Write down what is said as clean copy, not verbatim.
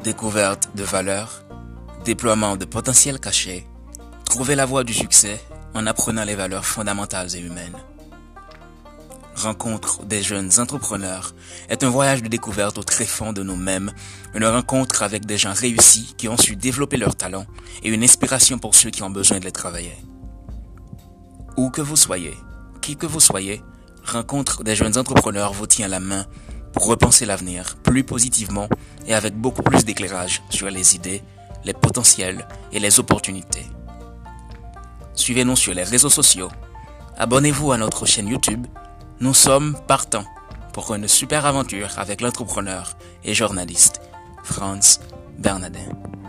Découverte de valeurs, déploiement de potentiel caché, trouver la voie du succès en apprenant les valeurs fondamentales et humaines. Rencontre des jeunes entrepreneurs est un voyage de découverte au tréfonds de nous-mêmes, une rencontre avec des gens réussis qui ont su développer leurs talents et une inspiration pour ceux qui ont besoin de les travailler. Où que vous soyez, qui que vous soyez, Rencontre des jeunes entrepreneurs vous tient la main pour repenser l'avenir plus positivement et avec beaucoup plus d'éclairage sur les idées, les potentiels et les opportunités. Suivez-nous sur les réseaux sociaux. Abonnez-vous à notre chaîne YouTube. Nous sommes partants pour une super aventure avec l'entrepreneur et journaliste Franz Bernardin.